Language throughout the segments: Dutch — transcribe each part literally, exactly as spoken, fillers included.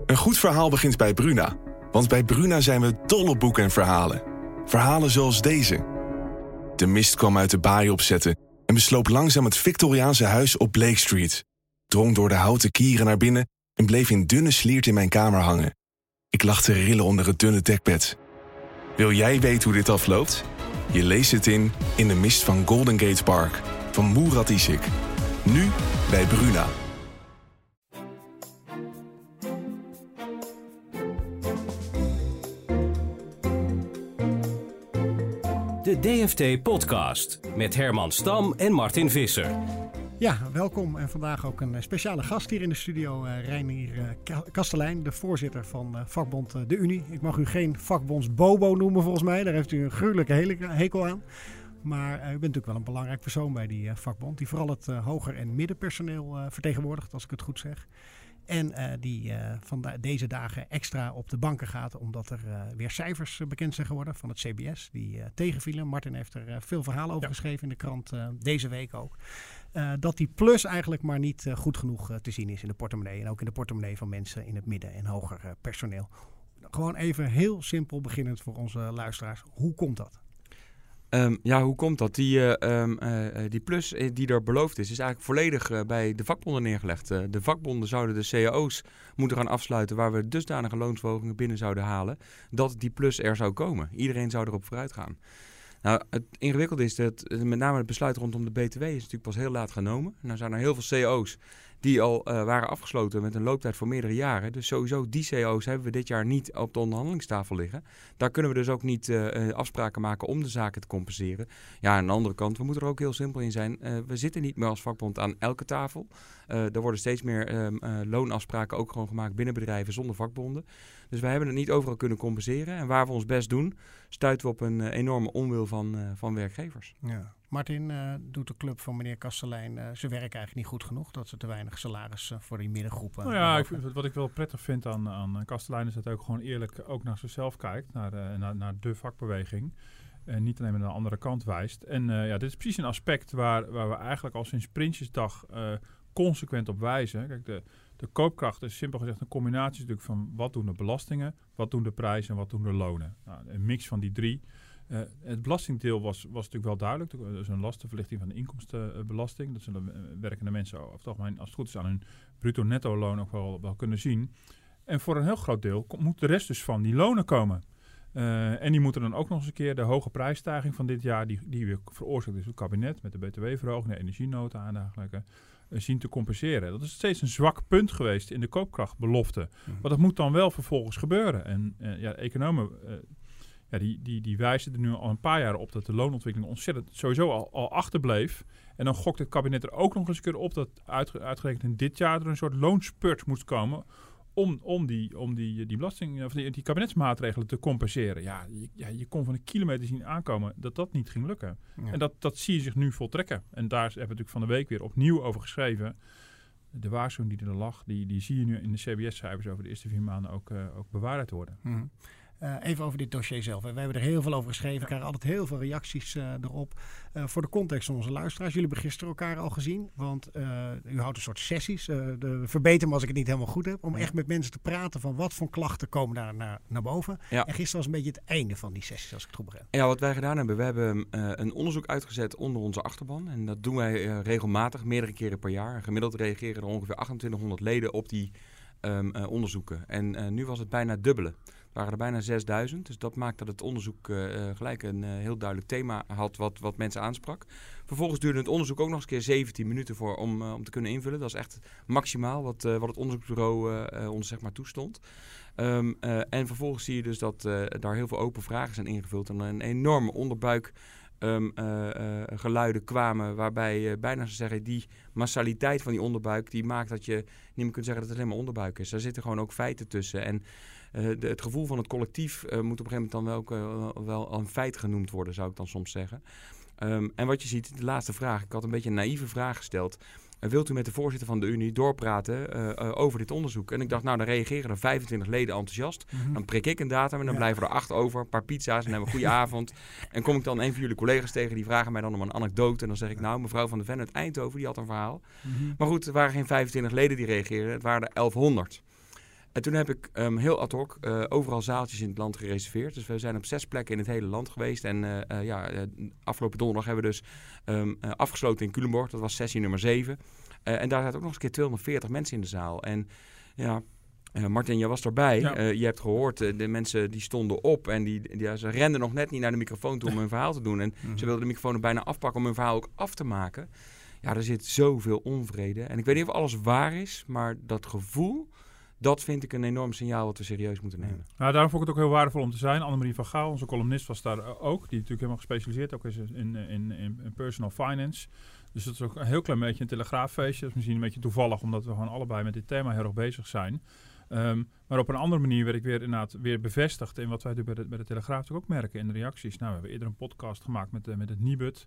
Een goed verhaal begint bij Bruna. Want bij Bruna zijn we dol op boeken en verhalen. Verhalen zoals deze. De mist kwam uit de baai opzetten en besloop langzaam het Victoriaanse huis op Blake Street. Drong door de houten kieren naar binnen en bleef in dunne sliert in mijn kamer hangen. Ik lag te rillen onder het dunne dekbed. Wil jij weten hoe dit afloopt? Je leest het in In de mist van Golden Gate Park van Murat Isik. Nu bij Bruna. De D F T-podcast met Herman Stam en Martin Visser. Ja, welkom en vandaag ook een speciale gast hier in de studio, uh, Reinier uh, Kastelein, de voorzitter van uh, vakbond uh, De Unie. Ik mag u geen vakbondsbobo noemen volgens mij, daar heeft u een gruwelijke hekel aan. Maar uh, u bent natuurlijk wel een belangrijk persoon bij die uh, vakbond, die vooral het uh, hoger- en middenpersoneel uh, vertegenwoordigt, als ik het goed zeg. En uh, die uh, van de, deze dagen extra op de banken gaat, omdat er uh, weer cijfers uh, bekend zijn geworden van het C B S. Die uh, tegenvielen. Martin heeft er uh, veel verhalen over ja. geschreven in de krant, uh, deze week ook. Uh, dat die plus eigenlijk maar niet uh, goed genoeg uh, te zien is in de portemonnee. En ook in de portemonnee van mensen in het midden- en hoger uh, personeel. Gewoon even heel simpel beginnend voor onze luisteraars. Hoe komt dat? Um, ja, hoe komt dat? Die, uh, um, uh, die plus die er beloofd is, is eigenlijk volledig uh, bij de vakbonden neergelegd. Uh, de vakbonden zouden de C A O's moeten gaan afsluiten waar we dusdanige loonsverhogingen binnen zouden halen, dat die plus er zou komen. Iedereen zou erop vooruit gaan. Nou, het ingewikkelde is dat met name het besluit rondom de B T W is natuurlijk pas heel laat genomen. Nou zijn er heel veel C A O's die al uh, waren afgesloten met een looptijd voor meerdere jaren. Dus sowieso die C A O's hebben we dit jaar niet op de onderhandelingstafel liggen. Daar kunnen we dus ook niet uh, afspraken maken om de zaken te compenseren. Ja, aan de andere kant, we moeten er ook heel simpel in zijn. Uh, we zitten niet meer als vakbond aan elke tafel. Uh, er worden steeds meer uh, uh, loonafspraken ook gewoon gemaakt binnen bedrijven zonder vakbonden. Dus wij hebben het niet overal kunnen compenseren. En waar we ons best doen, stuiten we op een uh, enorme onwil van, uh, van werkgevers. Ja. Martin, uh, doet de club van meneer Kastelein uh, zijn werk eigenlijk niet goed genoeg? Dat ze te weinig salaris uh, voor die middengroepen... Nou ja, ik vind, wat ik wel prettig vind aan, aan Kastelein is dat hij ook gewoon eerlijk ook naar zichzelf kijkt. Naar, uh, naar, naar de vakbeweging. En niet alleen maar naar de andere kant wijst. En uh, ja, dit is precies een aspect waar, waar we eigenlijk al sinds Prinsjesdag uh, consequent op wijzen. Kijk, de, de koopkracht is simpel gezegd een combinatie natuurlijk van wat doen de belastingen, wat doen de prijzen en wat doen de lonen. Nou, een mix van die drie. Uh, het belastingdeel was, was natuurlijk wel duidelijk. Er is een lastenverlichting van de inkomstenbelasting. Dat zullen uh, werkende mensen over het algemeen, als het goed is, aan hun bruto-netto-loon ook wel, wel kunnen zien. En voor een heel groot deel kom, moet de rest dus van die lonen komen. Uh, en die moeten dan ook nog eens een keer de hoge prijsstijging van dit jaar, die, die weer veroorzaakt is door het kabinet met de B T W-verhoging, de energienota en dergelijke, uh, zien te compenseren. Dat is steeds een zwak punt geweest in de koopkrachtbelofte. Mm-hmm. Maar dat moet dan wel vervolgens gebeuren. En uh, ja, economen... Uh, Ja, die, die, die wijzen er nu al een paar jaar op dat de loonontwikkeling ontzettend sowieso al, al achterbleef. En dan gokt het kabinet er ook nog eens een keer op dat uitge, uitgerekend in dit jaar er een soort loonspurt moest komen om, om, die, om die, die belasting of die, die kabinetsmaatregelen te compenseren. Ja je, ja, je kon van een kilometer zien aankomen dat dat niet ging lukken. Ja. En dat, dat zie je zich nu voltrekken. En daar hebben we natuurlijk van de week weer opnieuw over geschreven. De waarschuwing die er lag, die, die zie je nu in de C B S-cijfers over de eerste vier maanden ook, uh, ook bewaarheid worden. Mm. Uh, even over dit dossier zelf. We hebben er heel veel over geschreven. We krijgen altijd heel veel reacties uh, erop. Uh, voor de context van onze luisteraars. Jullie hebben gisteren elkaar al gezien. Want uh, u houdt een soort sessies. Uh, de, verbeter me als ik het niet helemaal goed heb. Om echt met mensen te praten van wat voor klachten komen daar naar, naar boven. Ja. En gisteren was een beetje het einde van die sessies, als ik het goed begrijp. Ja, wat wij gedaan hebben. We hebben uh, een onderzoek uitgezet onder onze achterban. En dat doen wij uh, regelmatig, meerdere keren per jaar. Gemiddeld reageren er ongeveer achtentwintighonderd leden op die um, uh, onderzoeken. En uh, nu was het bijna het dubbele. Er waren er bijna zesduizend, dus dat maakt dat het onderzoek uh, gelijk een uh, heel duidelijk thema had wat, wat mensen aansprak. Vervolgens duurde het onderzoek ook nog eens een keer zeventien minuten voor om, uh, om te kunnen invullen. Dat is echt maximaal wat, uh, wat het onderzoeksbureau uh, uh, ons zeg maar toestond. Um, uh, en vervolgens zie je dus dat uh, daar heel veel open vragen zijn ingevuld en een enorme onderbuik Um, uh, uh, geluiden kwamen waarbij je uh, bijna zou zeggen die massaliteit van die onderbuik die maakt dat je niet meer kunt zeggen dat het alleen maar onderbuik is. Daar zitten gewoon ook feiten tussen en uh, de, het gevoel van het collectief uh, moet op een gegeven moment dan wel, ook, uh, wel een feit genoemd worden, zou ik dan soms zeggen. Um, en wat je ziet, de laatste vraag, ik had een beetje een naïeve vraag gesteld. Uh, wilt u met de voorzitter van de Unie doorpraten uh, uh, over dit onderzoek? En ik dacht, nou, dan reageren er vijfentwintig leden enthousiast. Mm-hmm. Dan prik ik een datum en dan ja. blijven er acht over. Een paar pizza's en hebben we een goede avond. En kom ik dan een van jullie collega's tegen, die vragen mij dan om een anekdote. En dan zeg ik, nou, mevrouw Van der Ven uit Eindhoven, die had een verhaal. Mm-hmm. Maar goed, er waren geen vijfentwintig leden die reageerden. Het waren er elfhonderd. En toen heb ik um, heel ad hoc uh, overal zaaltjes in het land gereserveerd. Dus we zijn op zes plekken in het hele land geweest. En uh, uh, ja, uh, afgelopen donderdag hebben we dus um, uh, afgesloten in Culemborg. Dat was sessie nummer zeven. Uh, en daar zaten ook nog eens een keer tweehonderdveertig mensen in de zaal. En ja... Uh, Martin, jij was erbij. Ja. Uh, je hebt gehoord, uh, de mensen die stonden op en die, die, ja, ze renden nog net niet naar de microfoon toe om hun verhaal te doen. En mm-hmm. ze wilden de microfoon er bijna afpakken om hun verhaal ook af te maken. Ja, er zit zoveel onvrede. En ik weet niet of alles waar is, maar dat gevoel, dat vind ik een enorm signaal wat we serieus moeten nemen. Nou, daarom vond ik het ook heel waardevol om te zijn. Annemarie van Gaal, onze columnist, was daar ook. Die natuurlijk helemaal gespecialiseerd ook is in, in, in, in personal finance. Dus dat is ook een heel klein beetje een telegraaffeestje. Dat is misschien een beetje toevallig, omdat we gewoon allebei met dit thema heel erg bezig zijn. Um, maar op een andere manier werd ik weer inderdaad weer bevestigd in wat wij bij de, bij de Telegraaf ook merken in de reacties. Nou, we hebben eerder een podcast gemaakt met, uh, met het Nibud.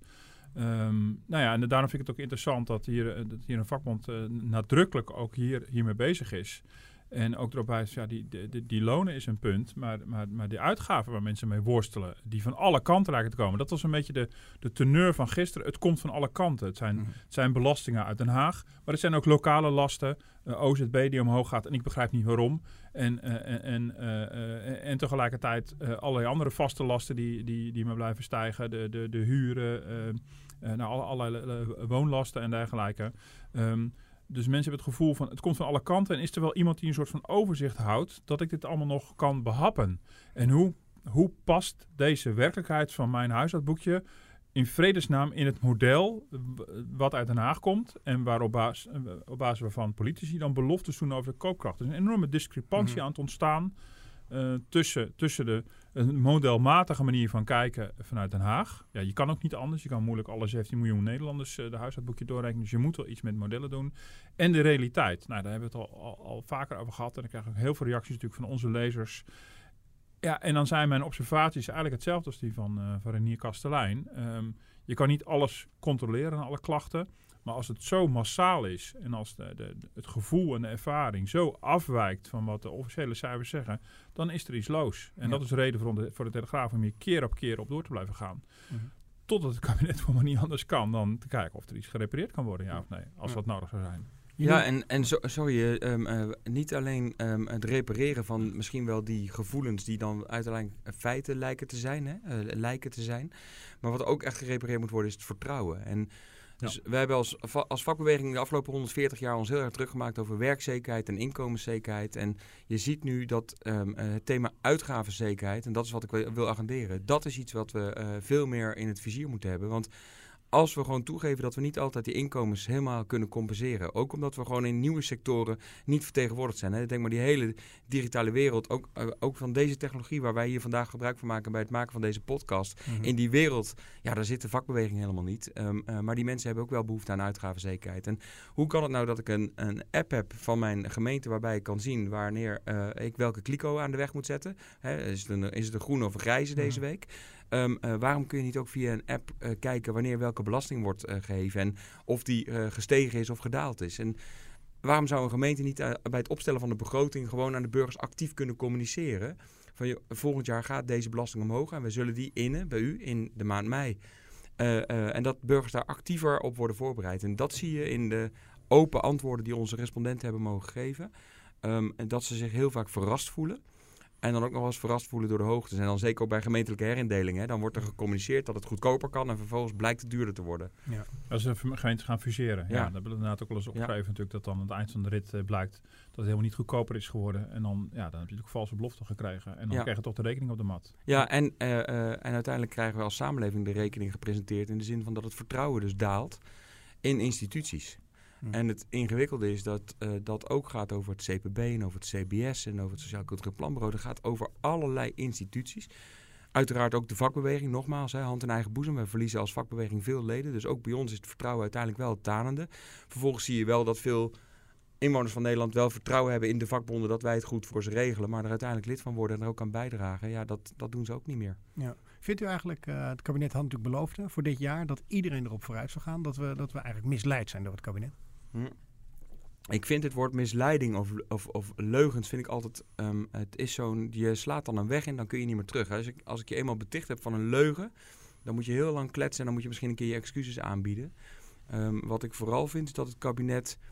Um, nou ja, en daarom vind ik het ook interessant dat hier, uh, dat hier een vakbond uh, nadrukkelijk ook hier, hiermee bezig is. En ook erop wijst, ja, die, die, die lonen is een punt, maar, maar, maar die uitgaven waar mensen mee worstelen, die van alle kanten lijken te komen. Dat was een beetje de, de teneur van gisteren. Het komt van alle kanten. Het zijn, mm-hmm. het zijn belastingen uit Den Haag, maar het zijn ook lokale lasten, uh, O Z B die omhoog gaat en ik begrijp niet waarom. En, uh, en, uh, uh, en tegelijkertijd uh, allerlei andere vaste lasten die, die, die maar blijven stijgen. De, de, de huren, uh, uh, nou, alle, allerlei uh, woonlasten en dergelijke. Um, Dus mensen hebben het gevoel van, het komt van alle kanten. En is er wel iemand die een soort van overzicht houdt, dat ik dit allemaal nog kan behappen? En hoe, hoe past deze werkelijkheid van mijn huishoudboekje in vredesnaam in het model wat uit Den Haag komt en waarop basis, op basis waarvan politici dan beloftes doen over de koopkracht? Er is een enorme discrepantie mm-hmm. aan het ontstaan uh, tussen, tussen de een modelmatige manier van kijken vanuit Den Haag. Ja, je kan ook niet anders. Je kan moeilijk alle zeventien miljoen Nederlanders uh, de huishoudboekje doorrekenen. Dus je moet wel iets met modellen doen. En de realiteit. Nou, daar hebben we het al, al, al vaker over gehad. En ik krijg ook heel veel reacties natuurlijk van onze lezers. Ja, en dan zijn mijn observaties eigenlijk hetzelfde als die van, uh, van Renier Kastelein. Um, je kan niet alles controleren, alle klachten. Maar als het zo massaal is en als de, de, het gevoel en de ervaring zo afwijkt van wat de officiële cijfers zeggen, dan is er iets loos. En ja. dat is de reden voor de, voor de Telegraaf om hier keer op keer op door te blijven gaan. Mm-hmm. Totdat het kabinet voor maar niet anders kan dan te kijken of er iets gerepareerd kan worden, ja of nee, als ja. dat nodig zou zijn. Ja, en, en zo, sorry, um, uh, niet alleen um, het repareren van misschien wel die gevoelens die dan uiteindelijk feiten lijken te zijn, hè, uh, lijken te zijn. Maar wat ook echt gerepareerd moet worden is het vertrouwen. En dus ja. we hebben als, als vakbeweging de afgelopen honderdveertig jaar ons heel erg druk gemaakt over werkzekerheid en inkomenszekerheid. En je ziet nu dat um, het thema uitgavenzekerheid, en dat is wat ik wil agenderen, dat is iets wat we uh, veel meer in het vizier moeten hebben. Want als we gewoon toegeven dat we niet altijd die inkomens helemaal kunnen compenseren. Ook omdat we gewoon in nieuwe sectoren niet vertegenwoordigd zijn. Hè. Denk maar die hele digitale wereld, ook, uh, ook van deze technologie waar wij hier vandaag gebruik van maken bij het maken van deze podcast. Mm-hmm. In die wereld, ja, daar zit de vakbeweging helemaal niet. Um, uh, maar die mensen hebben ook wel behoefte aan uitgavenzekerheid. En hoe kan het nou dat ik een, een app heb van mijn gemeente waarbij ik kan zien wanneer uh, ik welke kliko aan de weg moet zetten? Hè, is, het een, is het een groene of een grijze deze mm-hmm. week? Um, uh, waarom kun je niet ook via een app uh, kijken wanneer welke belasting wordt uh, geheven en of die uh, gestegen is of gedaald is? En waarom zou een gemeente niet uh, bij het opstellen van de begroting gewoon aan de burgers actief kunnen communiceren? Van joh, volgend jaar gaat deze belasting omhoog en we zullen die innen bij u in de maand mei. Uh, uh, en dat burgers daar actiever op worden voorbereid. En dat zie je in de open antwoorden die onze respondenten hebben mogen geven. Um, en dat ze zich heel vaak verrast voelen. En dan ook nog wel eens verrast voelen door de hoogtes. En dan zeker ook bij gemeentelijke herindelingen. Hè. Dan wordt er gecommuniceerd dat het goedkoper kan. En vervolgens blijkt het duurder te worden. Ja. Als de gemeentes gaan fuseren. Ja, ja dat hebben we inderdaad ook wel eens opgegeven. Ja. Natuurlijk, dat dan aan het eind van de rit uh, blijkt dat het helemaal niet goedkoper is geworden. En dan, ja, dan heb je natuurlijk valse beloften gekregen. En dan ja. krijg je toch de rekening op de mat. Ja, en, uh, uh, en uiteindelijk krijgen we als samenleving de rekening gepresenteerd. In de zin van dat het vertrouwen dus daalt in instituties. En het ingewikkelde is dat uh, dat ook gaat over het C P B en over het C B S en over het Sociaal Cultureel Planbureau. Dat gaat over allerlei instituties. Uiteraard ook de vakbeweging, nogmaals, hè, hand in eigen boezem. We verliezen als vakbeweging veel leden. Dus ook bij ons is het vertrouwen uiteindelijk wel het tanende. Vervolgens zie je wel dat veel inwoners van Nederland wel vertrouwen hebben in de vakbonden dat wij het goed voor ze regelen. Maar er uiteindelijk lid van worden en er ook aan bijdragen. Ja, dat, dat doen ze ook niet meer. Ja. Vindt u eigenlijk, uh, het kabinet had natuurlijk beloofd hè, voor dit jaar dat iedereen erop vooruit zou gaan. Dat we, dat we eigenlijk misleid zijn door het kabinet. Hm. Ik vind het woord misleiding of, of, of leugens vind ik altijd, um, het is zo'n, je slaat dan een weg in, dan kun je niet meer terug. Als ik, als ik je eenmaal beticht heb van een leugen, dan moet je heel lang kletsen en dan moet je misschien een keer je excuses aanbieden. Um, wat ik vooral vind is dat het kabinet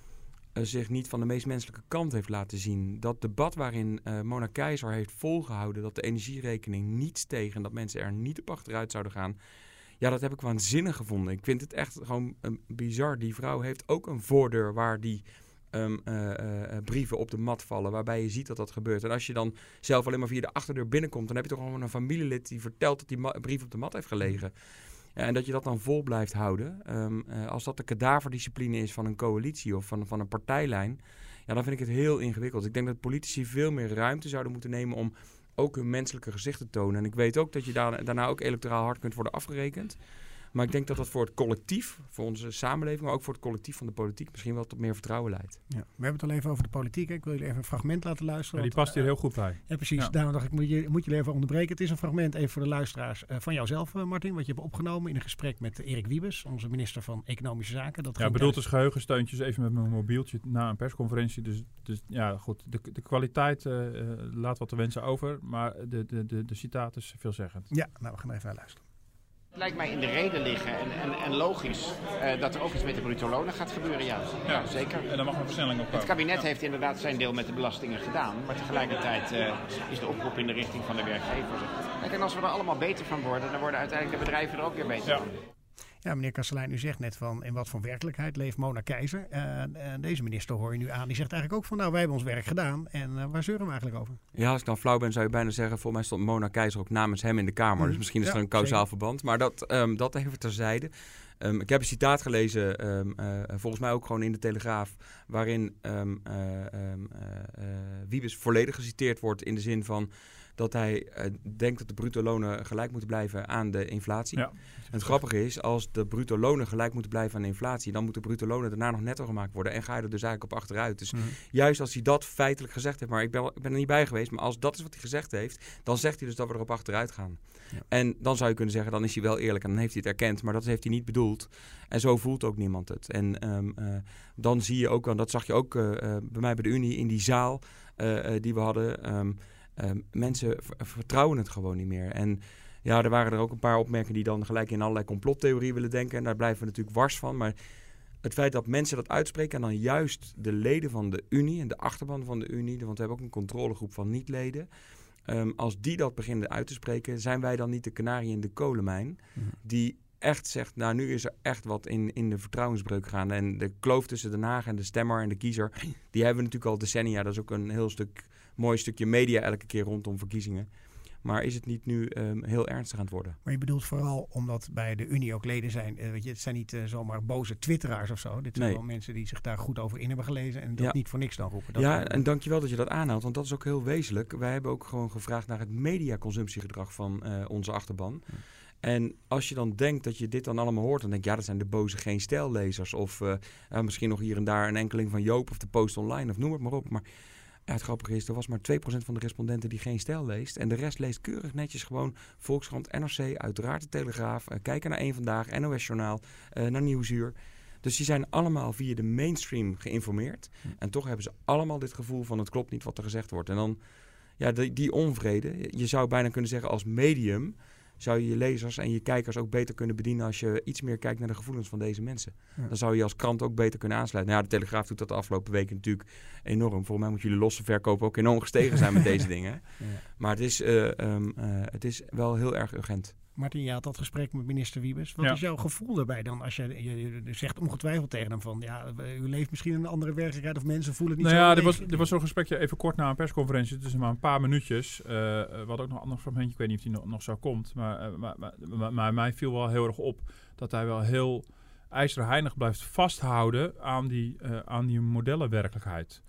uh, zich niet van de meest menselijke kant heeft laten zien. Dat debat waarin uh, Mona Keizer heeft volgehouden dat de energierekening niet steeg en dat mensen er niet op achteruit zouden gaan. Ja, dat heb ik waanzinnig gevonden. Ik vind het echt gewoon uh, bizar. Die vrouw heeft ook een voordeur waar die um, uh, uh, brieven op de mat vallen, waarbij je ziet dat dat gebeurt. En als je dan zelf alleen maar via de achterdeur binnenkomt, dan heb je toch gewoon een familielid die vertelt dat die ma- brief op de mat heeft gelegen. Ja, en dat je dat dan vol blijft houden. Um, uh, als dat de kadaverdiscipline is van een coalitie of van, van een partijlijn, ja, dan vind ik het heel ingewikkeld. Ik denk dat politici veel meer ruimte zouden moeten nemen om ook hun menselijke gezicht te tonen. En ik weet ook dat je daar, daarna ook electoraal hard kunt worden afgerekend. Maar ik denk dat dat voor het collectief, voor onze samenleving, maar ook voor het collectief van de politiek misschien wel tot meer vertrouwen leidt. Ja, we hebben het al even over de politiek. Hè. Ik wil jullie even een fragment laten luisteren. Ja, die want, past hier uh, heel goed bij. Ja, precies. Ja. Daarom dacht ik, moet, je, moet jullie even onderbreken. Het is een fragment, even voor de luisteraars, uh, van jouzelf, uh, Martin. Wat je hebt opgenomen in een gesprek met Erik Wiebes, onze minister van Economische Zaken. Dat Ja, bedoeld als geheugensteuntjes, even met mijn mobieltje na een persconferentie. Dus, dus ja, goed. De, de kwaliteit uh, laat wat te wensen over, maar de, de, de, de citaat is veelzeggend. Ja, nou, we gaan even luisteren. Het lijkt mij in de reden liggen en, en, en logisch uh, dat er ook iets met de bruto lonen gaat gebeuren, ja. Ja, ja zeker. En dan mag een versnelling op komen. Het kabinet ja. heeft inderdaad zijn deel met de belastingen gedaan, maar tegelijkertijd uh, is de oproep in de richting van de werkgevers. Kijk, en als we er allemaal beter van worden, dan worden uiteindelijk de bedrijven er ook weer beter ja. van. Ja, meneer Kastelein, u zegt net van in wat voor werkelijkheid leeft Mona Keizer. Uh, uh, deze minister hoor je nu aan. Die zegt eigenlijk ook van nou, wij hebben ons werk gedaan. En uh, waar zeuren we eigenlijk over? Ja, als ik dan flauw ben, zou je bijna zeggen, volgens mij stond Mona Keizer ook namens hem in de Kamer. Mm. Dus misschien is ja, er een kausaal zeker. verband. Maar dat, um, dat even terzijde. Um, ik heb een citaat gelezen, um, uh, volgens mij ook gewoon in de Telegraaf, waarin um, uh, um, uh, uh, Wiebes volledig geciteerd wordt in de zin van dat hij uh, denkt dat de bruto lonen gelijk moeten blijven aan de inflatie. Ja. En het grappige is, als de bruto lonen gelijk moeten blijven aan de inflatie, dan moeten de bruto lonen daarna nog netto gemaakt worden. En ga je er dus eigenlijk op achteruit. Dus mm-hmm. juist als hij dat feitelijk gezegd heeft, maar ik ben, ik ben er niet bij geweest, maar als dat is wat hij gezegd heeft, dan zegt hij dus dat we erop achteruit gaan. Ja. En dan zou je kunnen zeggen, dan is hij wel eerlijk en dan heeft hij het erkend, maar dat heeft hij niet bedoeld. En zo voelt ook niemand het. En um, uh, dan zie je ook, en dat zag je ook uh, uh, bij mij bij de Unie in die zaal uh, uh, die we hadden. Um, Um, mensen v- vertrouwen het gewoon niet meer. En ja, er waren er ook een paar opmerkingen die dan gelijk in allerlei complottheorieën willen denken. En daar blijven we natuurlijk wars van. Maar het feit dat mensen dat uitspreken en dan juist de leden van de Unie en de achterban van de Unie, want we hebben ook een controlegroep van niet-leden. Um, als die dat beginnen uit te spreken, zijn wij dan niet de kanarie in de kolenmijn mm-hmm. die echt zegt, nou nu is er echt wat in, in de vertrouwensbreuk gaande. En de kloof tussen Den Haag en de stemmer en de kiezer, die hebben we natuurlijk al decennia. Dat is ook een heel stuk mooi stukje media elke keer rondom verkiezingen. Maar is het niet nu um, heel ernstig aan het worden? Maar je bedoelt vooral omdat bij de Unie ook leden zijn. Uh, weet je, het zijn niet uh, zomaar boze twitteraars of zo. Dit zijn nee. wel mensen die zich daar goed over in hebben gelezen en dat ja. niet voor niks dan roepen. Dat ja, en dankjewel dat je dat aanhaalt, want dat is ook heel wezenlijk. Wij hebben ook gewoon gevraagd naar het mediaconsumptiegedrag van uh, onze achterban. Ja. En als je dan denkt dat je dit dan allemaal hoort, dan denk je, ja, dat zijn de boze geen stijllezers. Of uh, uh, misschien nog hier en daar een enkeling van Joop of de Post Online of noem het maar op. Maar ja, het grappige is, er was maar twee procent van de respondenten die geen stijl leest. En de rest leest keurig netjes gewoon Volkskrant, N R C, uiteraard de Telegraaf. Uh, kijken naar Eén Vandaag, N O S Journaal, uh, naar Nieuwsuur. Dus die zijn allemaal via de mainstream geïnformeerd. Hm. En toch hebben ze allemaal dit gevoel van het klopt niet wat er gezegd wordt. En dan, ja, die, die onvrede. Je zou bijna kunnen zeggen als medium zou je je lezers en je kijkers ook beter kunnen bedienen als je iets meer kijkt naar de gevoelens van deze mensen. Ja. Dan zou je als krant ook beter kunnen aansluiten. Nou ja, de Telegraaf doet dat de afgelopen weken natuurlijk enorm. Volgens mij moeten jullie losse verkopen ook enorm gestegen zijn met deze dingen. Ja. Maar het is, uh, um, uh, het is wel heel erg urgent. Martin, je had dat gesprek met minister Wiebes. Wat ja. is jouw gevoel daarbij dan? Als je, je, je zegt ongetwijfeld tegen hem van, ja, u leeft misschien in een andere werkelijkheid of mensen voelen het niet nou zo. Ja, er was, er was zo'n gesprekje even kort na een persconferentie, dus maar een paar minuutjes. Uh, we hadden ook nog een ander fragmentje, ik weet niet of die nog, nog zo komt. Maar, uh, maar, maar, maar, maar mij viel wel heel erg op dat hij wel heel ijzerheinig blijft vasthouden aan die, uh, aan die modellenwerkelijkheid.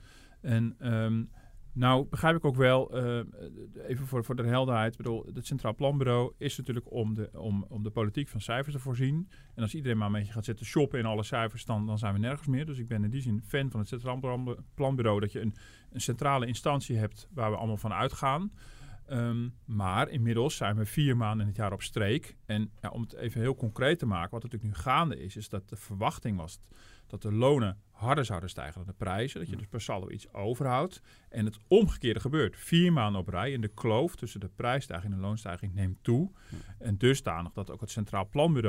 En um, nou begrijp ik ook wel, uh, even voor, voor de helderheid, bedoel, het Centraal Planbureau is natuurlijk om de, om, om de politiek van cijfers te voorzien. En als iedereen maar een beetje gaat zitten shoppen in alle cijfers, dan, dan zijn we nergens meer. Dus ik ben in die zin fan van het Centraal Planbureau, dat je een, een centrale instantie hebt waar we allemaal van uitgaan. Um, maar inmiddels zijn we vier maanden in het jaar op streek. En ja, om het even heel concreet te maken, wat natuurlijk nu gaande is, is dat de verwachting was dat de lonen harder zouden stijgen dan de prijzen. Dat je dus per saldo iets overhoudt. En het omgekeerde gebeurt. Vier maanden op rij en de kloof tussen de prijsstijging en de loonstijging neemt toe. En dusdanig dat ook het Centraal Planbureau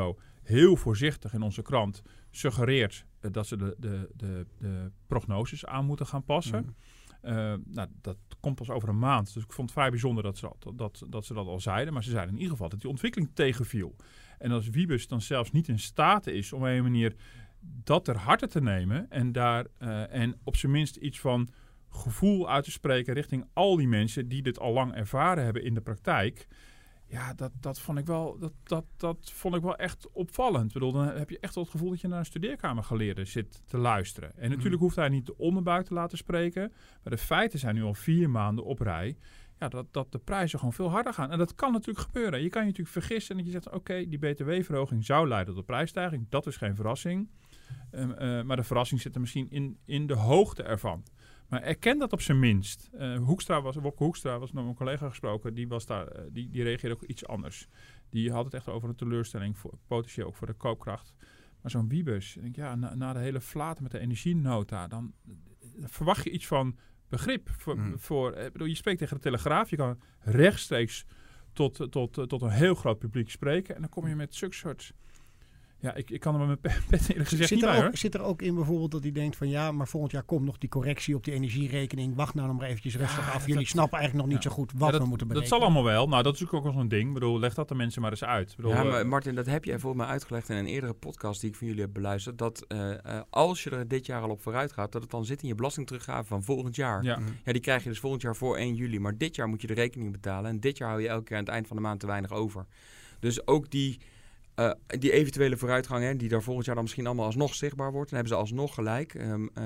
heel voorzichtig in onze krant suggereert uh, dat ze de, de, de, de prognoses aan moeten gaan passen. Mm. Uh, nou, dat komt pas over een maand. Dus ik vond het vrij bijzonder dat ze dat, dat, dat ze dat al zeiden. Maar ze zeiden in ieder geval dat die ontwikkeling tegenviel. En als Wiebes dan zelfs niet in staat is om op een manier dat ter harte te nemen en daar uh, en op zijn minst iets van gevoel uit te spreken richting al die mensen die dit al lang ervaren hebben in de praktijk. Ja, dat, dat, vond ik wel, dat, dat, dat vond ik wel echt opvallend. Ik bedoel, dan heb je echt wel het gevoel dat je naar een studeerkamergeleerde zit te luisteren. En natuurlijk hoeft hij niet de onderbuik te laten spreken. Maar de feiten zijn nu al vier maanden op rij. Ja, dat, dat de prijzen gewoon veel harder gaan. En dat kan natuurlijk gebeuren. Je kan je natuurlijk vergissen en dat je zegt, oké, okay, die B T W-verhoging zou leiden tot prijsstijging. Dat is geen verrassing. Um, uh, maar de verrassing zit er misschien in, in de hoogte ervan. Maar erken dat op zijn minst. Uh, Hoekstra was, Wopke Hoekstra was nog een collega gesproken. Die, was daar, uh, die, die reageerde ook iets anders. Die had het echt over een teleurstelling, voor, potentieel ook voor de koopkracht. Maar zo'n Wiebes, denk, ja, na, na de hele flaten met de energienota, dan uh, verwacht je iets van begrip. Voor, mm. voor, uh, bedoel, je spreekt tegen de Telegraaf, je kan rechtstreeks tot, uh, tot, uh, tot een heel groot publiek spreken. En dan kom je met zulke soort... Ja, ik, ik kan er met mijn pet eerlijk gezegd zit niet er bij, ook, hoor. Zit er ook in bijvoorbeeld dat hij denkt van ja, maar volgend jaar komt nog die correctie op die energierekening. Wacht nou nog maar eventjes rustig ja, af. Jullie dat, snappen eigenlijk nog niet ja. zo goed wat ja, dat, we moeten berekenen. Dat zal allemaal wel. Nou, dat is natuurlijk ook wel zo'n ding. Ik bedoel, leg dat de mensen maar eens uit. Ik bedoel, ja, maar Martin, dat heb je volgens mij uitgelegd in een eerdere podcast die ik van jullie heb beluisterd. Dat uh, uh, als je er dit jaar al op vooruit gaat, dat het dan zit in je belastingteruggave van volgend jaar. Ja. ja, die krijg je dus volgend jaar voor één juli. Maar dit jaar moet je de rekening betalen. En dit jaar hou je elke keer aan het eind van de maand te weinig over. Dus ook die... Uh, die eventuele vooruitgang, hè, die daar volgend jaar dan misschien allemaal alsnog zichtbaar wordt, dan hebben ze alsnog gelijk. Um, uh,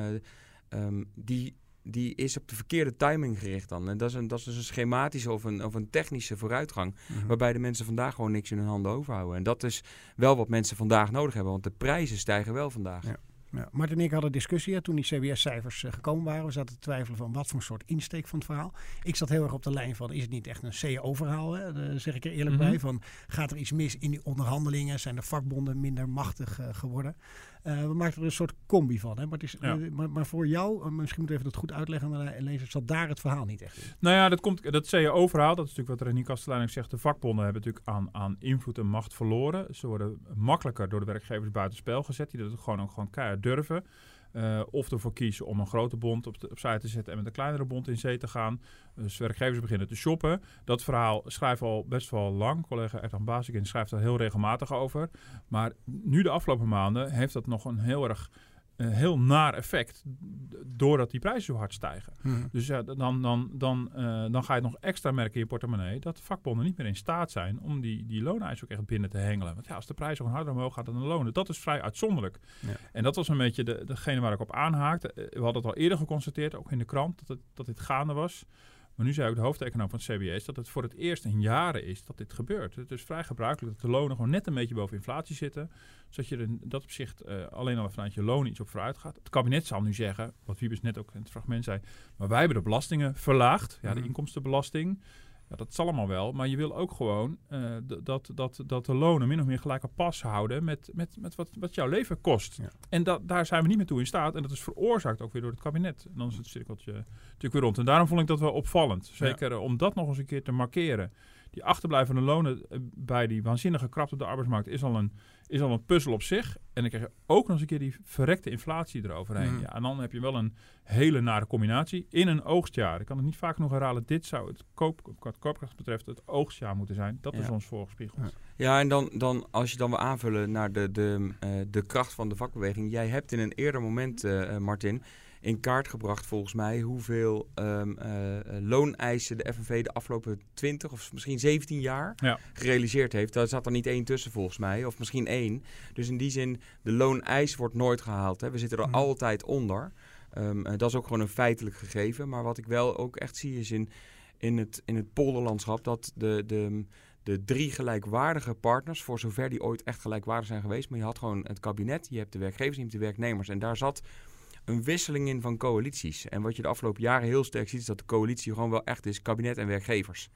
um, die, die is op de verkeerde timing gericht dan. En dat is, een, dat is dus een schematische of een, of een technische vooruitgang, mm-hmm. waarbij de mensen vandaag gewoon niks in hun handen overhouden. En dat is wel wat mensen vandaag nodig hebben, want de prijzen stijgen wel vandaag. Ja. Ja, Martin en ik hadden discussie hè, toen die C B S-cijfers uh, gekomen waren. We zaten te twijfelen van wat voor soort insteek van het verhaal. Ik zat heel erg op de lijn van, is het niet echt een C E O-verhaal? Hè? Daar zeg ik er eerlijk mm-hmm. bij. Van, gaat er iets mis in die onderhandelingen? Zijn de vakbonden minder machtig uh, geworden? Uh, we maakten er een soort combi van. Hè? Maar, het is, ja. uh, maar, maar voor jou, uh, misschien moeten we even dat goed uitleggen aan de lezer, zat daar het verhaal niet echt in. Nou ja, dat, komt, dat C E O-verhaal, dat is natuurlijk wat René Kastelein ook zegt. De vakbonden hebben natuurlijk aan, aan invloed en macht verloren. Ze worden makkelijker door de werkgevers buitenspel gezet. Die dat gewoon ook gewoon keihard durven. Uh, of ervoor kiezen om een grote bond op de, opzij te zetten en met een kleinere bond in zee te gaan. Dus werkgevers beginnen te shoppen. Dat verhaal schrijft al best wel lang. Collega Ertan Basikin schrijft daar heel regelmatig over. Maar nu de afgelopen maanden heeft dat nog een heel erg uh, heel naar effect. Doordat die prijzen zo hard stijgen. Hmm. Dus ja, dan, dan, dan, uh, dan ga je nog extra merken in je portemonnee dat de vakbonden niet meer in staat zijn om die, die looneisen ook echt binnen te hengelen. Want ja, als de prijs gewoon harder omhoog gaat dan de lonen, dat is vrij uitzonderlijk. Ja. En dat was een beetje de, degene waar ik op aanhaakte. We hadden het al eerder geconstateerd, ook in de krant, dat, het, dat dit gaande was. Maar nu zei ook de hoofdeconoom van het C B S dat het voor het eerst in jaren is dat dit gebeurt. Het is vrij gebruikelijk dat de lonen gewoon net een beetje boven inflatie zitten. Zodat je in dat opzicht uh, alleen al vanuit je loon iets op vooruit gaat. Het kabinet zal nu zeggen, wat Wiebes net ook in het fragment zei, maar wij hebben de belastingen verlaagd. Ja, de inkomstenbelasting. Ja, dat zal allemaal wel. Maar je wil ook gewoon uh, d- dat, dat, dat de lonen min of meer gelijke pas houden met, met, met wat, wat jouw leven kost. Ja. En dat, daar zijn we niet meer toe in staat. En dat is veroorzaakt ook weer door het kabinet. En dan is het cirkeltje natuurlijk weer rond. En daarom vond ik dat wel opvallend. Zeker ja. om dat nog eens een keer te markeren. Die achterblijvende lonen bij die waanzinnige krapte op de arbeidsmarkt is al een, is al een puzzel op zich. En dan krijg je ook nog eens een keer die verrekte inflatie eroverheen. Mm. Ja, en dan heb je wel een hele nare combinatie in een oogstjaar. Ik kan het niet vaak nog herhalen. Dit zou het koop, wat koopkracht betreft het oogstjaar moeten zijn. Dat ja. is ons voorgespiegeld. Ja, ja en dan, dan als je dan wil aanvullen naar de, de, uh, de kracht van de vakbeweging. Jij hebt in een eerder moment, uh, Martin, in kaart gebracht volgens mij hoeveel um, uh, looneisen de F N V de afgelopen twintig of misschien zeventien jaar ja. gerealiseerd heeft. Daar zat er niet één tussen volgens mij, of misschien één. Dus in die zin, de looneis wordt nooit gehaald. Hè. We zitten er mm. altijd onder. Um, uh, dat is ook gewoon een feitelijk gegeven. Maar wat ik wel ook echt zie is in, in, het, in het polderlandschap dat de... de De drie gelijkwaardige partners, voor zover die ooit echt gelijkwaardig zijn geweest. Maar je had gewoon het kabinet, je hebt de werkgevers, je hebt de werknemers. En daar zat een wisseling in van coalities. En wat je de afgelopen jaren heel sterk ziet, is dat de coalitie gewoon wel echt is kabinet en werkgevers.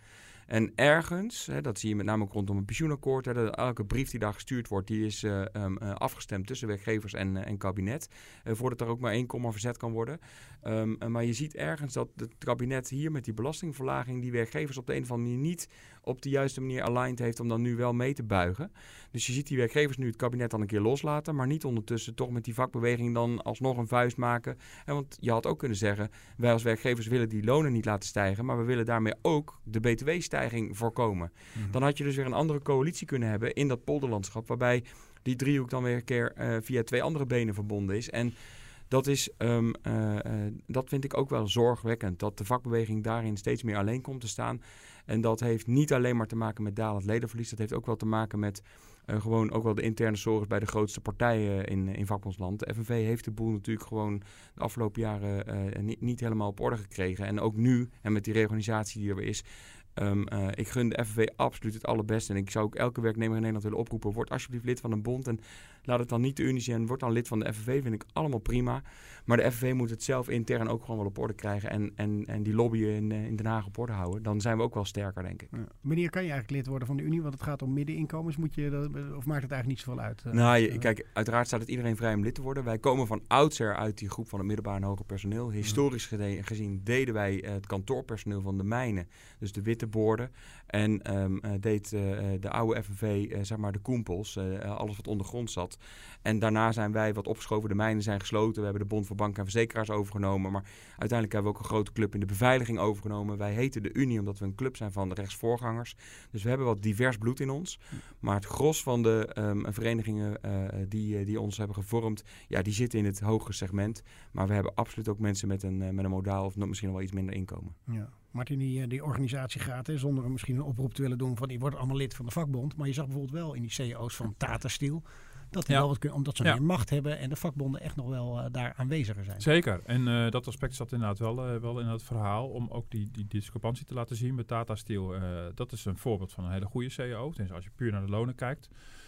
En ergens, hè, dat zie je met name ook rondom het pensioenakkoord, hè, dat elke brief die daar gestuurd wordt, die is uh, um, uh, afgestemd tussen werkgevers en, uh, en kabinet. Uh, voordat er ook maar één komma verzet kan worden. Um, uh, maar je ziet ergens dat het kabinet hier met die belastingverlaging die werkgevers op de een of andere manier niet op de juiste manier aligned heeft om dan nu wel mee te buigen. Dus je ziet die werkgevers nu het kabinet dan een keer loslaten, maar niet ondertussen toch met die vakbeweging dan alsnog een vuist maken. En want je had ook kunnen zeggen, wij als werkgevers willen die lonen niet laten stijgen, maar we willen daarmee ook de B T W-stijging voorkomen. Mm-hmm. Dan had je dus weer een andere coalitie kunnen hebben in dat polderlandschap, waarbij die driehoek dan weer een keer uh, via twee andere benen verbonden is. En dat is, um, uh, uh, dat vind ik ook wel zorgwekkend, dat de vakbeweging daarin steeds meer alleen komt te staan. En dat heeft niet alleen maar te maken met dalend ledenverlies, dat heeft ook wel te maken met uh, gewoon ook wel de interne zorgen bij de grootste partijen in, in vakbondsland. De F N V heeft de boel natuurlijk gewoon de afgelopen jaren uh, niet, niet helemaal op orde gekregen. En ook nu, en met die reorganisatie die er weer is, Um, uh, ik gun de F N V absoluut het allerbeste. En ik zou ook elke werknemer in Nederland willen oproepen, word alsjeblieft lid van een bond. En laat het dan niet de Unie zijn, word dan lid van de F N V, vind ik allemaal prima. Maar de F N V moet het zelf intern ook gewoon wel op orde krijgen. En, en, en die lobbyen in, in Den Haag op orde houden. Dan zijn we ook wel sterker, denk ik. Ja. Wanneer kan je eigenlijk lid worden van de Unie? Want het gaat om middeninkomens. Moet je dat, of maakt het eigenlijk niet zoveel uit? Uh, nou, je, kijk, uiteraard staat het iedereen vrij om lid te worden. Wij komen van oudsher uit die groep van het middelbaar en hoger personeel. Historisch gede- gezien deden wij uh, het kantoorpersoneel van de mijnen. Dus de witte boorden. En um, uh, deed uh, de oude F N V, uh, zeg maar de koempels, uh, alles wat ondergrond zat. En daarna zijn wij wat opgeschoven. De mijnen zijn gesloten. We hebben de Bond voor Banken en Verzekeraars overgenomen. Maar uiteindelijk hebben we ook een grote club in de beveiliging overgenomen. Wij heten de Unie omdat we een club zijn van de rechtsvoorgangers. Dus we hebben wat divers bloed in ons. Maar het gros van de um, verenigingen uh, die, die ons hebben gevormd, ja, die zitten in het hogere segment. Maar we hebben absoluut ook mensen met een, uh, met een modaal of misschien nog wel iets minder inkomen. Ja. Martin, die, die organisatie gaat, hè, zonder misschien een oproep te willen doen van die wordt allemaal lid van de vakbond. Maar je zag bijvoorbeeld wel in die C E O's van Tata Steel dat die ja. wel wat kunnen, omdat ze ja. meer macht hebben en de vakbonden echt nog wel uh, daar aanweziger zijn. Zeker. En uh, dat aspect zat inderdaad wel, uh, wel in het verhaal om ook die, die discrepantie te laten zien met Tata Steel. Uh, dat is een voorbeeld van een hele goede C E O. Tenminste, als je puur naar de lonen kijkt.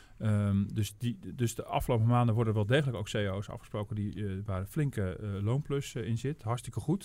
Um, dus, die, dus de afgelopen maanden worden wel degelijk ook C E O's afgesproken die, uh, waar een flinke uh, loonplus uh, in zit. Hartstikke goed.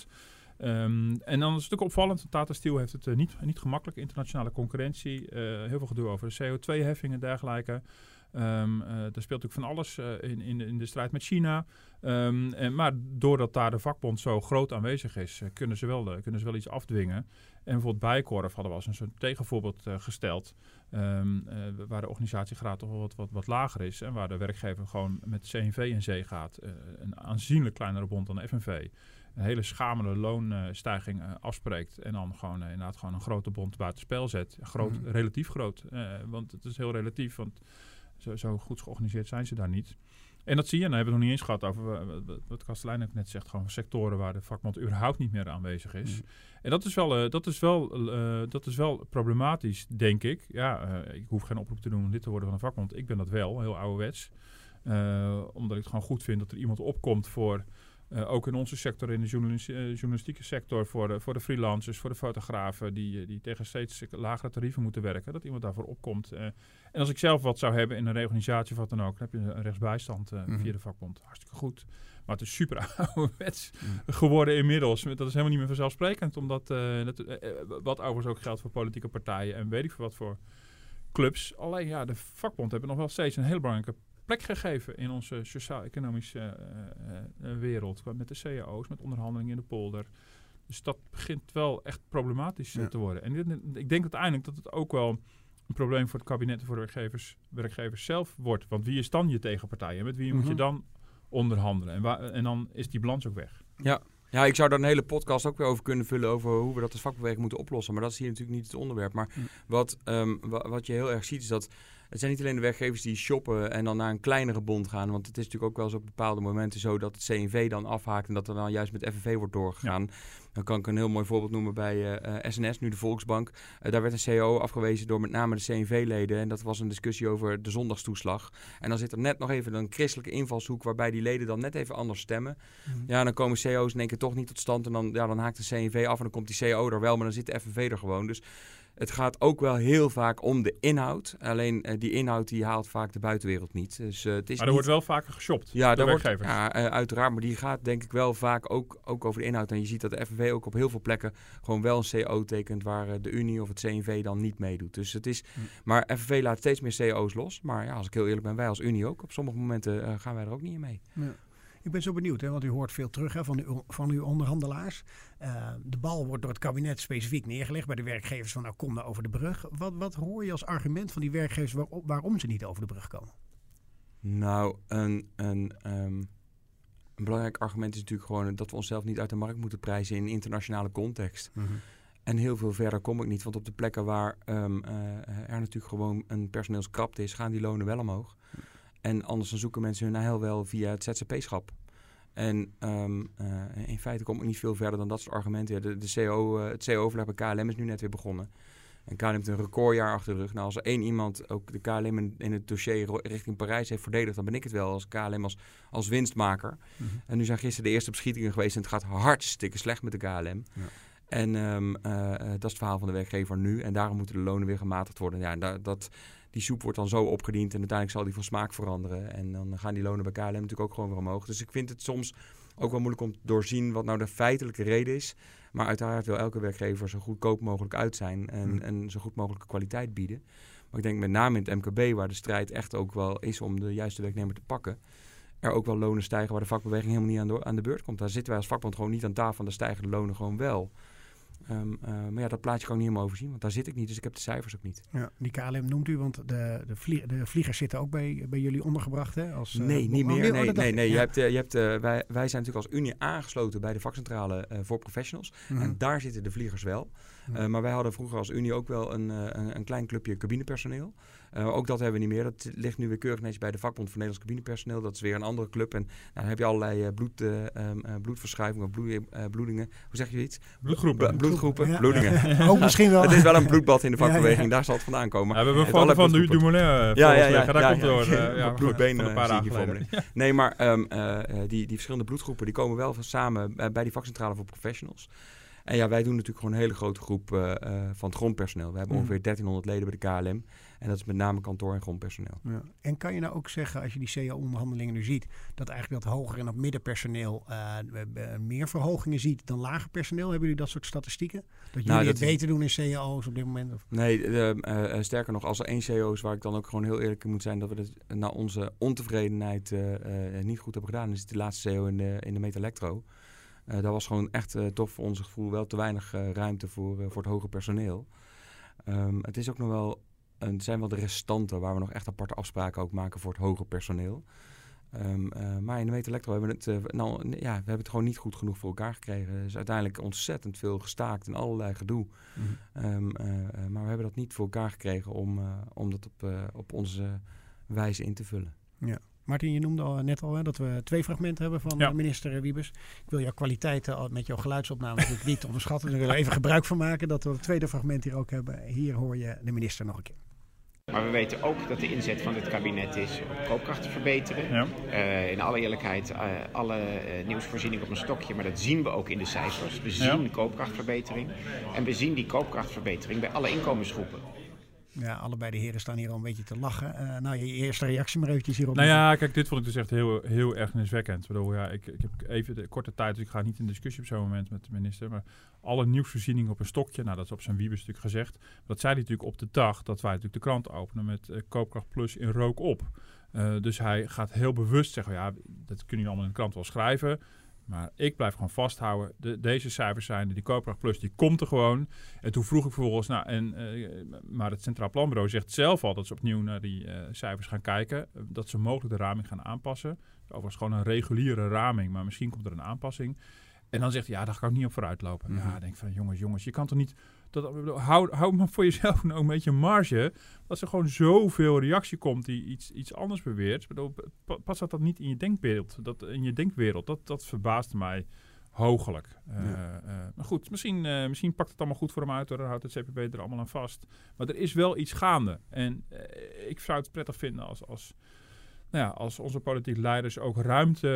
Um, en dan is het ook opvallend, Tata Steel heeft het uh, niet, niet gemakkelijk, internationale concurrentie, uh, heel veel gedoe over de C O twee heffingen en dergelijke. Um, uh, er speelt natuurlijk van alles uh, in, in, in de strijd met China. Um, en, maar doordat daar de vakbond zo groot aanwezig is, uh, kunnen, ze wel, uh, kunnen ze wel iets afdwingen. En bijvoorbeeld Bijenkorf hadden we als een soort tegenvoorbeeld uh, gesteld. Um, uh, waar de organisatiegraad toch wel wat, wat, wat lager is. En waar de werkgever gewoon met C N V in zee gaat. Uh, een aanzienlijk kleinere bond dan de F N V. Een hele schamele loonstijging uh, afspreekt. En dan gewoon uh, inderdaad gewoon een grote bond buitenspel zet. Groot, mm. relatief groot. Uh, want het is heel relatief. Want zo, zo goed georganiseerd zijn ze daar niet. En dat zie je. Nou hebben we het nog niet eens gehad over uh, wat Kastelein ook net zegt. Gewoon sectoren waar de vakbond überhaupt niet meer aanwezig is. Mm. En dat is wel, uh, dat is wel, uh, dat is wel problematisch, denk ik. Ja, uh, ik hoef geen oproep te doen om lid te worden van een vakbond. Ik ben dat wel, heel ouderwets. Uh, omdat ik het gewoon goed vind dat er iemand opkomt voor... Uh, ook in onze sector, in de journalis- uh, journalistieke sector, voor de, voor de freelancers, voor de fotografen, die, die tegen steeds lagere tarieven moeten werken, dat iemand daarvoor opkomt. Uh, en als ik zelf wat zou hebben in een reorganisatie of wat dan ook, dan heb je een rechtsbijstand uh, mm-hmm. via de vakbond. Hartstikke goed. Maar het is super ouderwets mm. geworden inmiddels. Dat is helemaal niet meer vanzelfsprekend, omdat uh, dat, uh, wat overigens ook geldt voor politieke partijen en weet ik veel wat voor clubs. Alleen ja, de vakbond hebben nog wel steeds een heel belangrijke plek gegeven in onze sociaal-economische uh, uh, wereld. Met de C E O's, met onderhandelingen in de polder. Dus dat begint wel echt problematisch ja. te worden. En ik denk uiteindelijk dat het ook wel een probleem voor het kabinet en voor de werkgevers, werkgevers zelf wordt. Want wie is dan je tegenpartij? En met wie mm-hmm. moet je dan onderhandelen? En, wa- en dan is die balans ook weg. Ja. Ja, ik zou daar een hele podcast ook weer over kunnen vullen over hoe we dat als vakbeweging moeten oplossen. Maar dat is hier natuurlijk niet het onderwerp. Maar mm. wat, um, wa- wat je heel erg ziet is dat het zijn niet alleen de werkgevers die shoppen en dan naar een kleinere bond gaan. Want het is natuurlijk ook wel eens op bepaalde momenten zo dat het C N V dan afhaakt en dat er dan juist met F N V wordt doorgegaan. Ja. Dan kan ik een heel mooi voorbeeld noemen bij uh, S N S, nu de Volksbank. Uh, daar werd een C E O afgewezen door met name de C N V-leden. En dat was een discussie over de zondagstoeslag. En dan zit er net nog even een christelijke invalshoek waarbij die leden dan net even anders stemmen. Mm-hmm. Ja, dan komen C E O's in één keer toch niet tot stand. En dan, ja, dan haakt de C N V af en dan komt die C E O er wel, maar dan zit de F N V er gewoon. Dus het gaat ook wel heel vaak om de inhoud. Alleen uh, die inhoud die haalt vaak de buitenwereld niet. Dus, uh, het is maar er niet... wordt wel vaker geshopt ja, door wordt, werkgevers. Ja, uh, uiteraard. Maar die gaat denk ik wel vaak ook, ook over de inhoud. En je ziet dat de F N V ook op heel veel plekken gewoon wel een C O tekent waar uh, de Unie of het C N V dan niet meedoet. Dus het is... Hm. Maar F N V laat steeds meer C O's los. Maar ja, als ik heel eerlijk ben, wij als Unie ook. Op sommige momenten uh, gaan wij er ook niet in mee. Ja. Ik ben zo benieuwd, hè, want u hoort veel terug hè, van, uw, van uw onderhandelaars. Uh, de bal wordt door het kabinet specifiek neergelegd bij de werkgevers van nou kom nou over de brug. Wat, wat hoor je als argument van die werkgevers waar, waarom ze niet over de brug komen? Nou, een, een, um, een belangrijk argument is natuurlijk gewoon dat we onszelf niet uit de markt moeten prijzen in internationale context. Mm-hmm. En heel veel verder kom ik niet, want op de plekken waar um, uh, er natuurlijk gewoon een personeelskrapte is, gaan die lonen wel omhoog. Mm. En anders dan zoeken mensen hun heil wel via het Z Z P-schap. En um, uh, in feite kom ik niet veel verder dan dat soort argumenten. De, de C O, uh, het C O-overleg bij K L M is nu net weer begonnen. En K L M heeft een recordjaar achter de rug. Nou, als er één iemand ook de K L M in, in het dossier richting Parijs heeft verdedigd, dan ben ik het wel als K L M als, als winstmaker. Mm-hmm. En nu zijn gisteren de eerste beschietingen geweest en het gaat hartstikke slecht met de K L M. Ja. En um, uh, dat is het verhaal van de werkgever nu. En daarom moeten de lonen weer gematigd worden. Ja, dat... dat die soep wordt dan zo opgediend en uiteindelijk zal die van smaak veranderen. En dan gaan die lonen bij K L M natuurlijk ook gewoon weer omhoog. Dus ik vind het soms ook wel moeilijk om te doorzien wat nou de feitelijke reden is. Maar uiteraard wil elke werkgever zo goedkoop mogelijk uit zijn en, mm. en zo goed mogelijke kwaliteit bieden. Maar ik denk met name in het M K B, waar de strijd echt ook wel is om de juiste werknemer te pakken, er ook wel lonen stijgen waar de vakbeweging helemaal niet aan de, aan de beurt komt. Daar zitten wij als vakbond gewoon niet aan tafel en daar stijgen de lonen gewoon wel. Um, uh, maar ja, dat plaatje kan ik niet helemaal overzien, want daar zit ik niet, dus ik heb de cijfers ook niet. Ja, die K L M noemt u, want de, de, vlie- de vliegers zitten ook bij, bij jullie ondergebracht, hè? Als, uh, nee, niet meer. Oh, nee, nee, nee, nee. Ja. Je hebt, uh, je hebt, uh, wij, wij zijn natuurlijk als Unie aangesloten bij de vakcentrale uh, voor professionals. Mm-hmm. En daar zitten de vliegers wel. Uh, maar wij hadden vroeger als Unie ook wel een, uh, een, een klein clubje cabinepersoneel. Uh, ook dat hebben we niet meer. Dat ligt nu weer keurig netjes bij de vakbond voor Nederlands cabinepersoneel. Dat is weer een andere club. En nou, dan heb je allerlei uh, bloed, uh, um, uh, bloedverschuivingen, bloed, uh, bloedingen. Hoe zeg je iets? Bloedgroepen. Bl- bloedgroepen, ja. bloedingen. Ook misschien wel. Het is wel een bloedbad in de vakbeweging. Ja, ja. Daar zal het vandaan komen. Ja, we hebben een foto van de Dumoulin. Uh, ja, ja, ja. Daar ja, komt ja, door. ja, Uh, ja, bloedbenen een paar dagen geleden. Ja. Nee, maar um, uh, die, die verschillende bloedgroepen die komen wel samen uh, bij die vakcentrale voor professionals. En ja, wij doen natuurlijk gewoon een hele grote groep uh, uh, van het grondpersoneel. We hebben mm. ongeveer dertienhonderd leden bij de K L M. En dat is met name kantoor- en grondpersoneel. Ja. En kan je nou ook zeggen, als je die C O-onderhandelingen nu ziet, dat eigenlijk dat hoger en dat middenpersoneel uh, meer verhogingen ziet dan lager personeel? Hebben jullie dat soort statistieken? Dat jullie nou, dat het beter doen in C O's op dit moment? Of? Nee, uh, uh, sterker nog, als er één C O is waar ik dan ook gewoon heel eerlijk in moet zijn, dat we het naar onze ontevredenheid uh, uh, niet goed hebben gedaan, is de laatste C O in de, in de Metalectro. Uh, dat was gewoon echt uh, toch voor ons gevoel wel te weinig uh, ruimte voor, uh, voor het hoge personeel. Um, het is ook nog wel, uh, het zijn wel de restanten waar we nog echt aparte afspraken ook maken voor het hoge personeel. Um, uh, maar in de Metalectro hebben we het, uh, nou, ja, we hebben het gewoon niet goed genoeg voor elkaar gekregen. Er is uiteindelijk ontzettend veel gestaakt en allerlei gedoe. Mm-hmm. Um, uh, uh, maar we hebben dat niet voor elkaar gekregen om, uh, om dat op, uh, op onze wijze in te vullen. Ja. Martin, je noemde al, net al hè, dat we twee fragmenten hebben van ja. minister Wiebes. Ik wil jouw kwaliteiten met jouw geluidsopname natuurlijk niet onderschatten. Dus ik wil er even gebruik van maken dat we het tweede fragment hier ook hebben. Hier hoor je de minister nog een keer. Maar we weten ook dat de inzet van dit kabinet is om koopkracht te verbeteren. Ja. Uh, in alle eerlijkheid, uh, alle uh, nieuwsvoorziening op een stokje, maar dat zien we ook in de cijfers. We zien ja. de koopkrachtverbetering en we zien die koopkrachtverbetering bij alle inkomensgroepen. Ja, allebei de heren staan hier al een beetje te lachen. Uh, nou, je eerste reactie maar eventjes hierop. Nou ja, kijk, dit vond ik dus echt heel, heel erg niswekkend. Ik bedoel, ja, ik, ik heb even de korte tijd, dus ik ga niet in discussie op zo'n moment met de minister. Maar alle nieuwsvoorzieningen op een stokje, nou dat is op zijn Wiebes natuurlijk gezegd. Maar dat zei hij natuurlijk op de dag dat wij natuurlijk de krant openen met uh, Koopkracht Plus in rook op. Uh, dus hij gaat heel bewust zeggen, ja, dat kunnen jullie allemaal in de krant wel schrijven. Maar ik blijf gewoon vasthouden. De, deze cijfers zijn, die Koopkracht Plus, die komt er gewoon. En toen vroeg ik vervolgens, nou, en, uh, maar het Centraal Planbureau zegt zelf al dat ze opnieuw naar die uh, cijfers gaan kijken. Uh, dat ze mogelijk de raming gaan aanpassen. Overigens gewoon een reguliere raming, maar misschien komt er een aanpassing. En dan zegt hij, ja, daar kan ik niet op vooruitlopen. Mm-hmm. Ja, ik denk van, jongens, jongens, je kan toch niet... Dat, hou, hou maar voor jezelf nou een beetje marge. Dat er gewoon zoveel reactie komt die iets, iets anders beweert. Ik bedoel, past dat, dat niet in je denkbeeld? Dat, in je denkwereld? Dat, dat verbaasde mij hoogelijk. Ja. Uh, uh, maar goed, misschien, uh, misschien pakt het allemaal goed voor hem uit. Dan houdt het C P B er allemaal aan vast. Maar er is wel iets gaande. En uh, ik zou het prettig vinden als, als, nou ja, als onze politieke leiders ook ruimte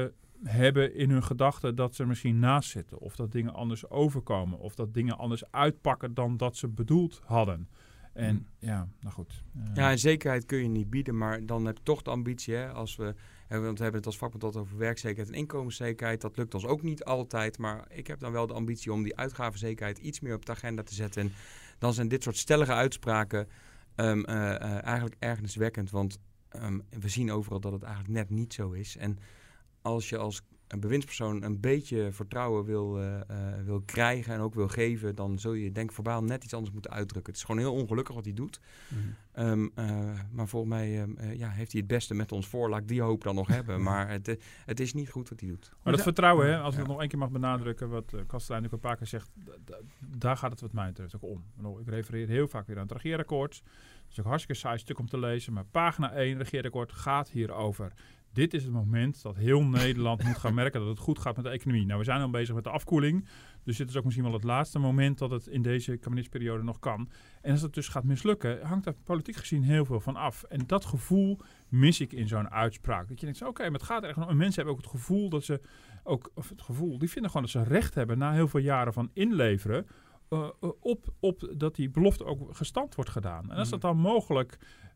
hebben in hun gedachten dat ze er misschien naast zitten. Of dat dingen anders overkomen. Of dat dingen anders uitpakken dan dat ze bedoeld hadden. En hmm. ja, nou goed. Uh, ja, en zekerheid kun je niet bieden, maar dan heb je toch de ambitie, hè, als we, want we hebben het als vakbond altijd over werkzekerheid en inkomenszekerheid. Dat lukt ons ook niet altijd, maar ik heb dan wel de ambitie om die uitgavenzekerheid iets meer op de agenda te zetten. En dan zijn dit soort stellige uitspraken um, uh, uh, eigenlijk ergerniswekkend, want um, we zien overal dat het eigenlijk net niet zo is. En als je als een bewindspersoon een beetje vertrouwen wil, uh, uh, wil krijgen en ook wil geven, dan zul je denk ik verbaal net iets anders moeten uitdrukken. Het is gewoon heel ongelukkig wat hij doet. Mm-hmm. Um, uh, maar volgens mij um, uh, ja, heeft hij het beste met ons voor. Laat ik die hoop dan nog hebben. Maar het, het is niet goed wat hij doet. Maar dat vertrouwen, hè, als ik ja. het nog één keer mag benadrukken, wat uh, Kastelein ook een paar keer zegt, d- d- daar gaat het wat mij betreft ook om. Ik refereer heel vaak weer aan het regeerakkoord. Het is ook een hartstikke saai stuk om te lezen, maar pagina één, regeerakkoord, gaat hierover. Dit is het moment dat heel Nederland moet gaan merken dat het goed gaat met de economie. Nou, we zijn al bezig met de afkoeling. Dus dit is ook misschien wel het laatste moment dat het in deze kabinetsperiode nog kan. En als het dus gaat mislukken, hangt daar politiek gezien heel veel van af. En dat gevoel mis ik in zo'n uitspraak. Dat je denkt, oké, okay, maar het gaat ergens om. En mensen hebben ook het gevoel dat ze ook, of het gevoel, die vinden gewoon dat ze recht hebben na heel veel jaren van inleveren. Uh, uh, op, op dat die belofte ook gestand wordt gedaan. En als dat dan mogelijk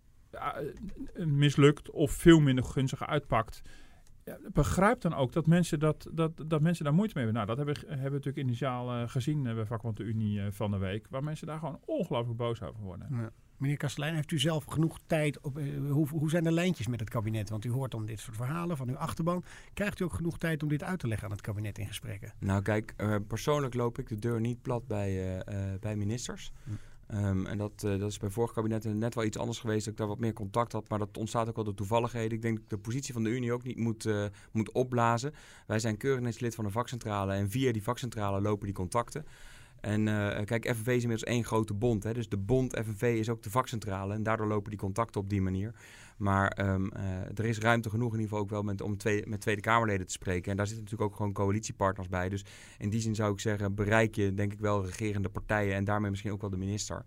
Uh, mislukt of veel minder gunstig uitpakt, ja, begrijp dan ook dat mensen, dat, dat, dat mensen daar moeite mee hebben. Nou, dat hebben, hebben we natuurlijk initiaal uh, gezien uh, bij Vakbond de Unie uh, van de week, waar mensen daar gewoon ongelooflijk boos over worden. Ja. Meneer Kastelein, heeft u zelf genoeg tijd? Op, uh, hoe, hoe zijn de lijntjes met het kabinet? Want u hoort dan dit soort verhalen van uw achterban. Krijgt u ook genoeg tijd om dit uit te leggen aan het kabinet in gesprekken? Nou kijk, uh, persoonlijk loop ik de deur niet plat bij, uh, uh, bij ministers. Hm. Um, en dat, uh, dat is bij vorige kabinetten net wel iets anders geweest, dat ik daar wat meer contact had. Maar dat ontstaat ook wel door toevalligheden. Ik denk dat ik de positie van de Unie ook niet moet, uh, moet opblazen. Wij zijn keurig lid van de vakcentrale en via die vakcentrale lopen die contacten. En uh, kijk, F N V is inmiddels één grote bond. Hè? Dus de bond F N V is ook de vakcentrale. En daardoor lopen die contacten op die manier. Maar um, uh, er is ruimte genoeg in ieder geval ook wel met, om twee, met Tweede Kamerleden te spreken. En daar zitten natuurlijk ook gewoon coalitiepartners bij. Dus in die zin zou ik zeggen, bereik je denk ik wel regerende partijen. En daarmee misschien ook wel de minister.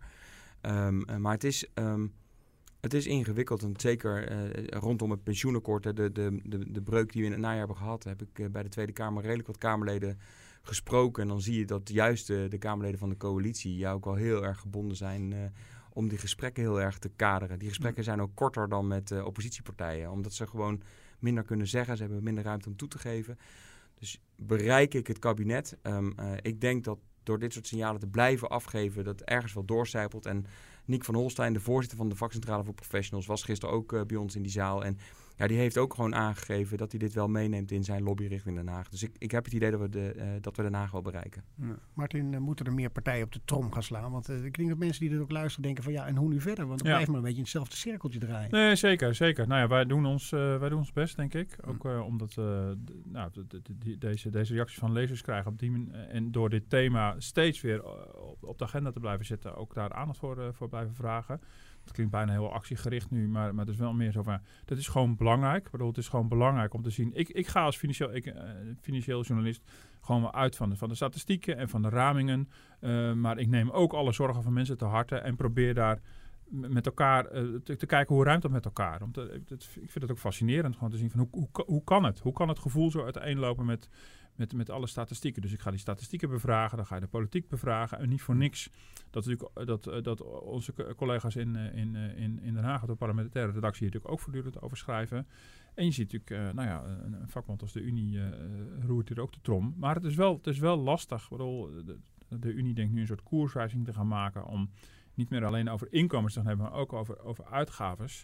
Um, uh, maar het is... Um, Het is ingewikkeld en zeker uh, rondom het pensioenakkoord, de, de, de, de breuk die we in het najaar hebben gehad, heb ik uh, bij de Tweede Kamer redelijk wat Kamerleden gesproken. En dan zie je dat juist de, de Kamerleden van de coalitie ja ook wel heel erg gebonden zijn uh, om die gesprekken heel erg te kaderen. Die gesprekken zijn ook korter dan met uh, oppositiepartijen, omdat ze gewoon minder kunnen zeggen. Ze hebben minder ruimte om toe te geven. Dus bereik ik het kabinet. Um, uh, ik denk dat door dit soort signalen te blijven afgeven, dat ergens wel doorcijpelt. En Niek van Holstein, de voorzitter van de vakcentrale voor professionals, was gisteren ook uh, bij ons in die zaal. En ja, die heeft ook gewoon aangegeven dat hij dit wel meeneemt in zijn lobby richting Den Haag. Dus ik, ik heb het idee dat we, de, uh, dat we Den Haag wel bereiken. Ja. Martin, uh, moeten er meer partijen op de trom gaan slaan? Want uh, ik denk dat mensen die dit ook luisteren denken van ja, en hoe nu verder? Want het ja. blijft maar een beetje in hetzelfde cirkeltje draaien. Nee, zeker, zeker. Nou ja, wij doen ons, uh, wij doen ons best, denk ik. Ook uh, omdat uh, de, nou, de, de, de, deze, deze reacties van lezers krijgen op die uh, en door dit thema steeds weer uh, op, op de agenda te blijven zitten, ook daar aandacht voor, uh, voor blijven vragen. Het klinkt bijna heel actiegericht nu, maar, maar het is wel meer zo van, dat is gewoon belangrijk. Ik bedoel, het is gewoon belangrijk om te zien. Ik, ik ga als financieel, ik, uh, financieel journalist gewoon wel uit van de, van de statistieken en van de ramingen. Uh, maar ik neem ook alle zorgen van mensen te harte en probeer daar met elkaar uh, te, te kijken hoe ruimt dat met elkaar. Om te, het, ik vind het ook fascinerend gewoon te zien van hoe, hoe, hoe kan het? Hoe kan het gevoel zo uiteenlopen met, met, met alle statistieken? Dus ik ga die statistieken bevragen, dan ga je de politiek bevragen. En niet voor niks dat, natuurlijk, dat, dat onze collega's in, in, in, in Den Haag, de parlementaire redactie, hier natuurlijk ook voortdurend over schrijven. En je ziet natuurlijk, uh, nou ja, een, een vakbond als de Unie uh, roert hier ook de trom. Maar het is wel, het is wel lastig. Ik bedoel, de, de Unie denkt nu een soort koerswijziging te gaan maken om niet meer alleen over inkomens te gaan hebben, maar ook over, over uitgaves.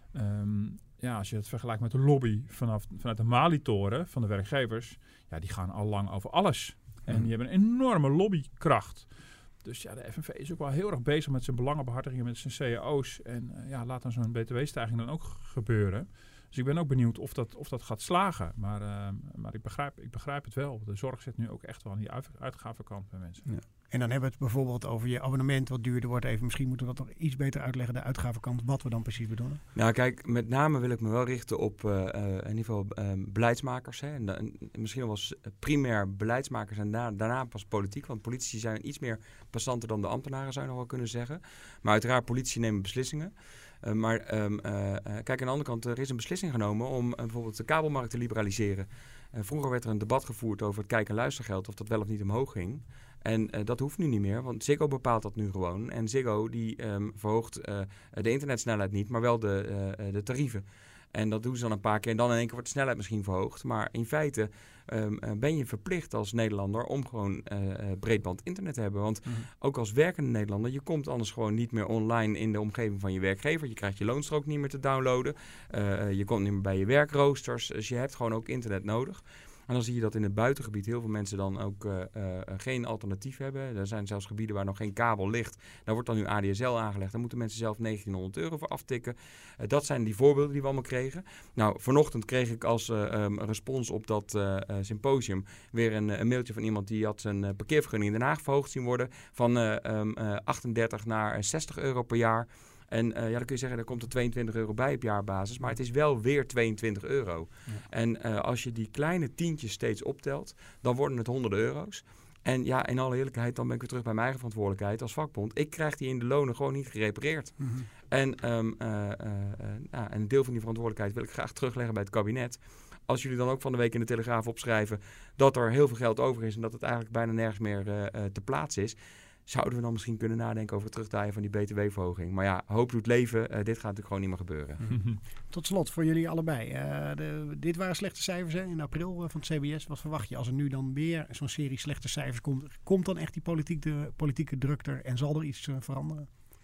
Um, ja, als je het vergelijkt met de lobby vanaf, vanuit de Mali-toren van de werkgevers, ja, die gaan al lang over alles. En mm. die hebben een enorme lobbykracht. Dus ja, de F N V is ook wel heel erg bezig met zijn belangenbehartigingen, met zijn C A O's. En uh, ja, laat dan zo'n B T W-stijging dan ook gebeuren. Dus ik ben ook benieuwd of dat, of dat gaat slagen. Maar, uh, maar ik, begrijp, ik begrijp het wel. De zorg zit nu ook echt wel aan die uit, uitgavenkant bij mensen. Ja. En dan hebben we het bijvoorbeeld over je abonnement wat duurder wordt. Even, misschien moeten we dat nog iets beter uitleggen, de uitgavenkant, wat we dan precies bedoelen. Nou kijk, met name wil ik me wel richten op uh, uh, in ieder geval uh, beleidsmakers. Hè. En, uh, en misschien wel eens primair beleidsmakers en da- daarna pas politiek. Want politici zijn iets meer passanten dan de ambtenaren, zou je nog wel kunnen zeggen. Maar uiteraard, politici nemen beslissingen. Uh, maar um, uh, kijk, aan de andere kant, er is een beslissing genomen om uh, bijvoorbeeld de kabelmarkt te liberaliseren. Uh, vroeger werd er een debat gevoerd over het kijk- en luistergeld, of dat wel of niet omhoog ging. En uh, dat hoeft nu niet meer, want Ziggo bepaalt dat nu gewoon. En Ziggo die um, verhoogt uh, de internetsnelheid niet, maar wel de, uh, de tarieven. En dat doen ze dan een paar keer en dan in één keer wordt de snelheid misschien verhoogd. Maar in feite um, uh, ben je verplicht als Nederlander om gewoon uh, uh, breedband internet te hebben. Want mm-hmm. ook als werkende Nederlander, je komt anders gewoon niet meer online in de omgeving van je werkgever. Je krijgt je loonstrook niet meer te downloaden. Uh, je komt niet meer bij je werkroosters. Dus je hebt gewoon ook internet nodig. En dan zie je dat in het buitengebied heel veel mensen dan ook uh, uh, geen alternatief hebben. Er zijn zelfs gebieden waar nog geen kabel ligt. Daar wordt dan nu A D S L aangelegd. Daar moeten mensen zelf negentienhonderd euro voor aftikken. Uh, dat zijn die voorbeelden die we allemaal kregen. Nou, vanochtend kreeg ik als uh, um, respons op dat uh, uh, symposium weer een, een mailtje van iemand die had zijn uh, parkeervergunning in Den Haag verhoogd zien worden. Van uh, um, uh, achtendertig naar zestig euro per jaar. En uh, ja, dan kun je zeggen, er komt er tweeëntwintig euro bij op jaarbasis. Maar het is wel weer tweeëntwintig euro. Ja. En uh, als je die kleine tientjes steeds optelt, dan worden het honderden euro's. En ja, in alle eerlijkheid, dan ben ik weer terug bij mijn eigen verantwoordelijkheid als vakbond. Ik krijg die in de lonen gewoon niet gerepareerd. Mm-hmm. En, um, uh, uh, uh, nou, en een deel van die verantwoordelijkheid wil ik graag terugleggen bij het kabinet. Als jullie dan ook van de week in de Telegraaf opschrijven dat er heel veel geld over is en dat het eigenlijk bijna nergens meer uh, uh, te plaatsen is, zouden we dan misschien kunnen nadenken over het terugdraaien van die B T W-verhoging. Maar ja, hoop doet leven. Uh, dit gaat natuurlijk gewoon niet meer gebeuren. Mm-hmm. Tot slot, voor jullie allebei. Uh, de, dit waren slechte cijfers hè, in april uh, van het C B S. Wat verwacht je als er nu dan weer zo'n serie slechte cijfers komt? Komt dan echt die politiek de, politieke druk er en zal er iets uh, veranderen?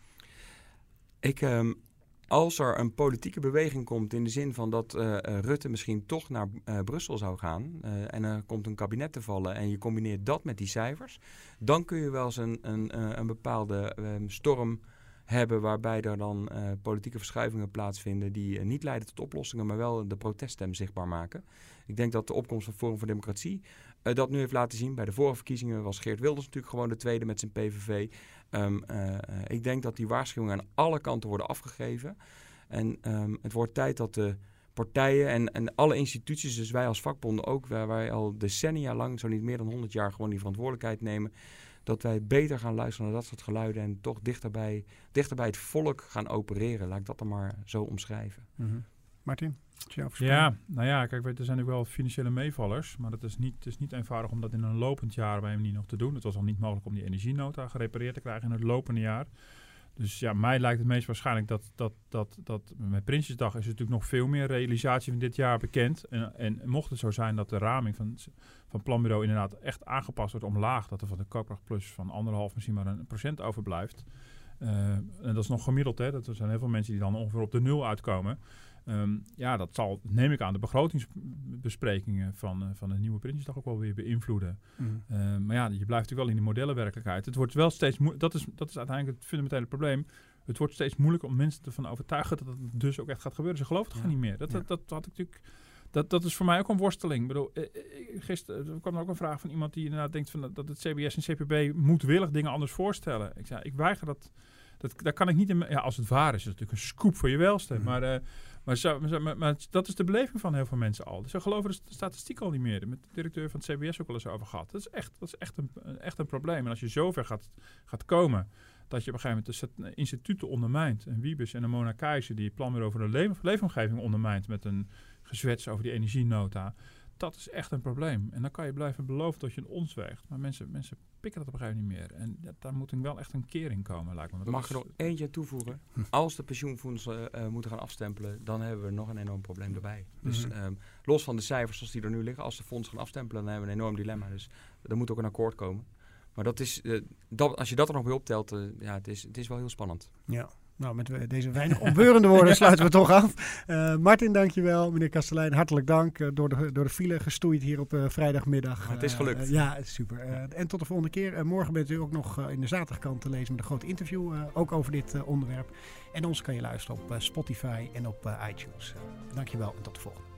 Ik... Um, Als er een politieke beweging komt in de zin van dat uh, Rutte misschien toch naar uh, Brussel zou gaan uh, en er komt een kabinet te vallen en je combineert dat met die cijfers, dan kun je wel eens een, een, uh, een bepaalde uh, storm hebben waarbij er dan uh, politieke verschuivingen plaatsvinden die uh, niet leiden tot oplossingen, maar wel de proteststem zichtbaar maken. Ik denk dat de opkomst van Forum voor Democratie uh, dat nu heeft laten zien. Bij de vorige verkiezingen was Geert Wilders natuurlijk gewoon de tweede met zijn P V V. Um, uh, uh, ik denk dat die waarschuwingen aan alle kanten worden afgegeven. En um, het wordt tijd dat de partijen en, en alle instituties, dus wij als vakbonden ook, waar wij al decennia lang, zo niet meer dan honderd jaar, gewoon die verantwoordelijkheid nemen, dat wij beter gaan luisteren naar dat soort geluiden en toch dichter bij, dichter bij het volk gaan opereren. Laat ik dat dan maar zo omschrijven. Mm-hmm. Martin? Ja, nou ja, kijk, er zijn natuurlijk wel financiële meevallers, maar het is niet, het is niet eenvoudig om dat in een lopend jaar bij hem niet nog te doen. Het was al niet mogelijk om die energienota gerepareerd te krijgen in het lopende jaar. Dus ja, mij lijkt het meest waarschijnlijk dat, dat, dat, dat met Prinsjesdag is er natuurlijk nog veel meer realisatie van dit jaar bekend. En, en mocht het zo zijn dat de raming van, van Planbureau inderdaad echt aangepast wordt omlaag, dat er van de koopkracht plus van anderhalf misschien maar een procent overblijft. Uh, en dat is nog gemiddeld, hè. Dat er zijn heel veel mensen die dan ongeveer op de nul uitkomen. Um, ja, dat zal, neem ik aan, de begrotingsbesprekingen van, uh, van de nieuwe Prinsjesdag ook wel weer beïnvloeden. Mm. Uh, maar ja, je blijft natuurlijk wel in de modellenwerkelijkheid. Het wordt wel steeds mo- dat, is, dat is uiteindelijk het fundamentele probleem. Het wordt steeds moeilijker om mensen ervan overtuigen dat het dus ook echt gaat gebeuren. Ze geloven het ja. gewoon niet meer. Dat, ja. dat, dat had ik natuurlijk... Dat, dat is voor mij ook een worsteling. Ik bedoel, eh, gisteren kwam er ook een vraag van iemand die inderdaad denkt van, dat het C B S en C P B moedwillig dingen anders voorstellen. Ik zei, ik weiger dat. Dat, daar kan ik niet in. Ja, als het waar is, is het natuurlijk een scoop voor je welste. Mm. Maar, uh, maar, zo, maar, maar, maar dat is de beleving van heel veel mensen al. Dus ze geloven de statistiek al niet meer. Met de directeur van het C B S ook al eens over gehad. Dat is echt, dat is echt, een, echt een probleem. En als je zover gaat, gaat komen dat je op een gegeven moment de instituten ondermijnt. En Wiebes en de Mona Keizer die het planbureau over de le- leefomgeving ondermijnt met een gezwets over die energienota. Dat is echt een probleem. En dan kan je blijven beloven dat je een ons weegt. Maar mensen, mensen pikken dat op een gegeven moment niet meer. En ja, daar moet wel echt een kering komen, lijkt me. Mag ik er nog eentje toevoegen? Als de pensioenfondsen uh, moeten gaan afstempelen, dan hebben we nog een enorm probleem erbij. Mm-hmm. Dus um, los van de cijfers zoals die er nu liggen, als de fondsen gaan afstempelen, dan hebben we een enorm dilemma. Dus er moet ook een akkoord komen. Maar dat is, uh, dat, als je dat er nog bij optelt, uh, ja, het is, het is wel heel spannend. Ja. Nou, met deze weinig opbeurende woorden sluiten we toch af. Uh, Martin, dankjewel. Meneer Kastelein, hartelijk dank. Uh, door, de, door de file gestoeid hier op uh, vrijdagmiddag. Maar het is gelukt. Uh, ja, super. Uh, en tot de volgende keer. Uh, morgen bent u ook nog uh, in de zaterdagkant te lezen met een groot interview. Uh, ook over dit uh, onderwerp. En ons kan je luisteren op uh, Spotify en op uh, iTunes. Uh, dankjewel en tot de volgende.